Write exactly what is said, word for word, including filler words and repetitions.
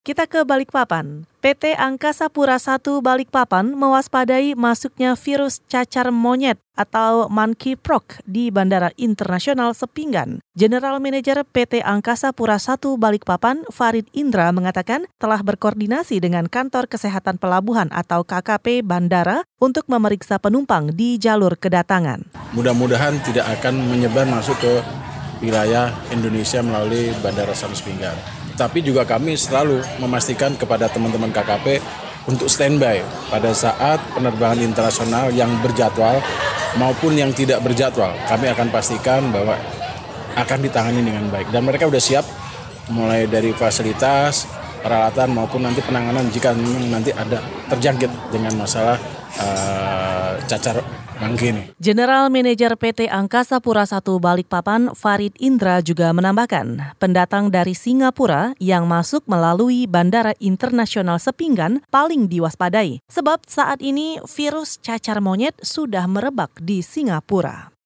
Kita ke Balikpapan. P T Angkasa Pura I Balikpapan mewaspadai masuknya virus cacar monyet atau monkeypox di Bandara Internasional Sepinggan. General Manager P T Angkasa Pura I Balikpapan, Farid Indra, mengatakan telah berkoordinasi dengan Kantor Kesehatan Pelabuhan atau K K P Bandara untuk memeriksa penumpang di jalur kedatangan. Mudah-mudahan tidak akan menyebar masuk ke wilayah Indonesia melalui Bandara Sam Sepinggan. Tapi juga kami selalu memastikan kepada teman-teman K K P untuk standby pada saat penerbangan internasional yang berjadwal maupun yang tidak berjadwal. Kami akan pastikan bahwa akan ditangani dengan baik. Dan mereka sudah siap mulai dari fasilitas, peralatan maupun nanti penanganan jika memang nanti ada terjangkit dengan masalah uh, cacar mangki ini. General Manager P T Angkasa Pura I Balikpapan, Farid Indra, juga menambahkan pendatang dari Singapura yang masuk melalui Bandara Internasional Sepinggan paling diwaspadai sebab saat ini virus cacar monyet sudah merebak di Singapura.